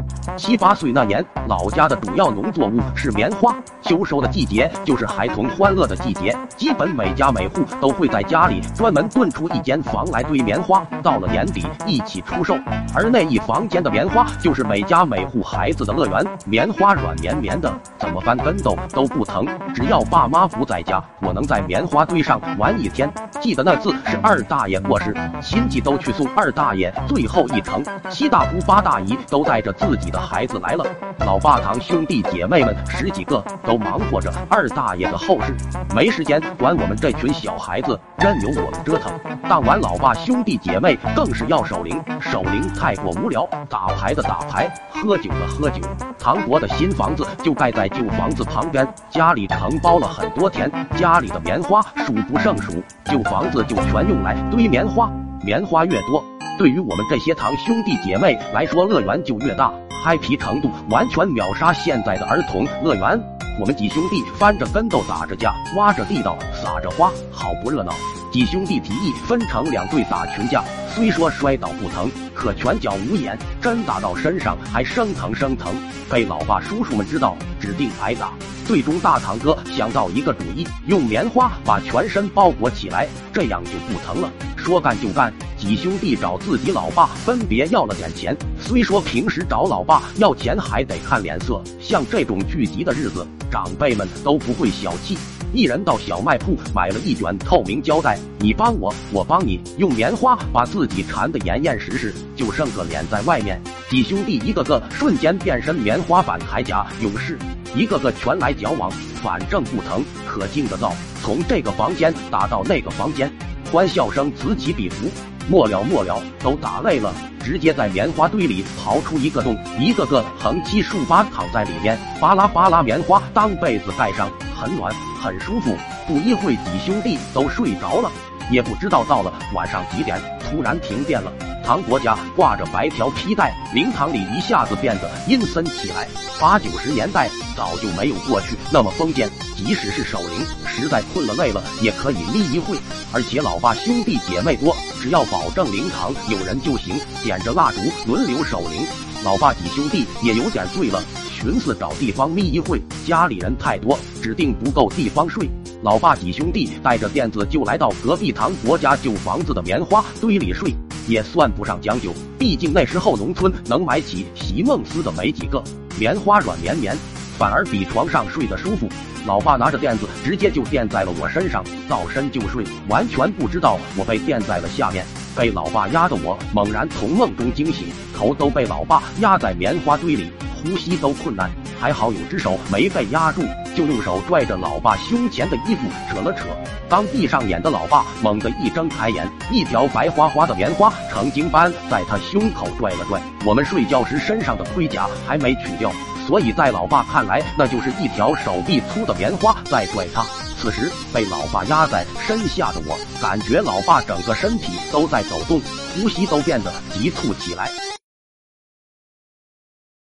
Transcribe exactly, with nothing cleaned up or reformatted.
七八岁那年，老家的主要农作物是棉花，秋收的季节就是孩童欢乐的季节，基本每家每户都会在家里专门炖出一间房来堆棉花，到了年底一起出售。而那一房间的棉花就是每家每户孩子的乐园，棉花软绵绵的，怎么翻跟斗都不疼。只要爸妈不在家，我能在棉花堆上玩一天。记得那次是二大爷过世，亲戚都去送二大爷最后一程，七大姑八大姨都带着自己的孩子来了，老爸堂兄弟姐妹们十几个都忙活着二大爷的后事，没时间管我们这群小孩子，任由我们折腾。当晚老爸兄弟姐妹更是要守灵，守灵太过无聊，打牌的打牌，喝酒的喝酒。唐伯的新房子就盖在旧房子旁边，家里承包了很多田，家里的棉花数不胜数，旧房子就全用来堆棉花，棉花越多，对于我们这些堂兄弟姐妹来说，乐园就越大，嗨皮程度完全秒杀现在的儿童乐园。我们几兄弟翻着跟斗，打着架，挖着地道，撒着花，好不热闹。几兄弟提议分成两队打群架，虽说摔倒不疼，可拳脚无眼，真打到身上还生疼生疼。被老爸叔叔们知道，指定挨打。最终大堂哥想到一个主意，用棉花把全身包裹起来，这样就不疼了。说干就干，几兄弟找自己老爸分别要了点钱。虽说平时找老爸要钱还得看脸色，像这种聚集的日子，长辈们都不会小气。一人到小卖铺买了一卷透明胶带，你帮我，我帮你，用棉花把自己缠得严严实实，就剩个脸在外面。几兄弟一个个瞬间变身棉花版铠甲勇士，一个个拳来脚往，反正不疼，可劲的造，从这个房间打到那个房间，欢笑声此起彼伏。末了末了，都打累了，直接在棉花堆里刨出一个洞，一个个横七竖八躺在里面，巴拉巴拉棉花当被子盖上，很暖很舒服。不一会几兄弟都睡着了，也不知道到了晚上几点，突然停电了。唐伯家挂着白条皮带，灵堂里一下子变得阴森起来。八九十年代早就没有过去那么封建，即使是守灵，实在困了累了也可以眯一会。而且老爸兄弟姐妹多，只要保证灵堂有人就行，点着蜡烛轮流守灵。老爸几兄弟也有点醉了，寻思找地方眯一会，家里人太多，指定不够地方睡。老爸几兄弟带着垫子就来到隔壁唐伯家旧房子的棉花堆里睡，也算不上讲究，毕竟那时候农村能买起席梦思的没几个。棉花软绵绵，反而比床上睡得舒服。老爸拿着垫子直接就垫在了我身上，倒身就睡，完全不知道我被垫在了下面。被老爸压得我猛然从梦中惊醒，头都被老爸压在棉花堆里，呼吸都困难，还好有只手没被压住，就用手拽着老爸胸前的衣服扯了扯。刚闭上眼的老爸猛地一睁开眼，一条白花花的棉花成精般在他胸口拽了拽。我们睡觉时身上的盔甲还没取掉，所以在老爸看来，那就是一条手臂粗的棉花在拽他。此时被老爸压在身下的我，感觉老爸整个身体都在抖动，呼吸都变得急促起来。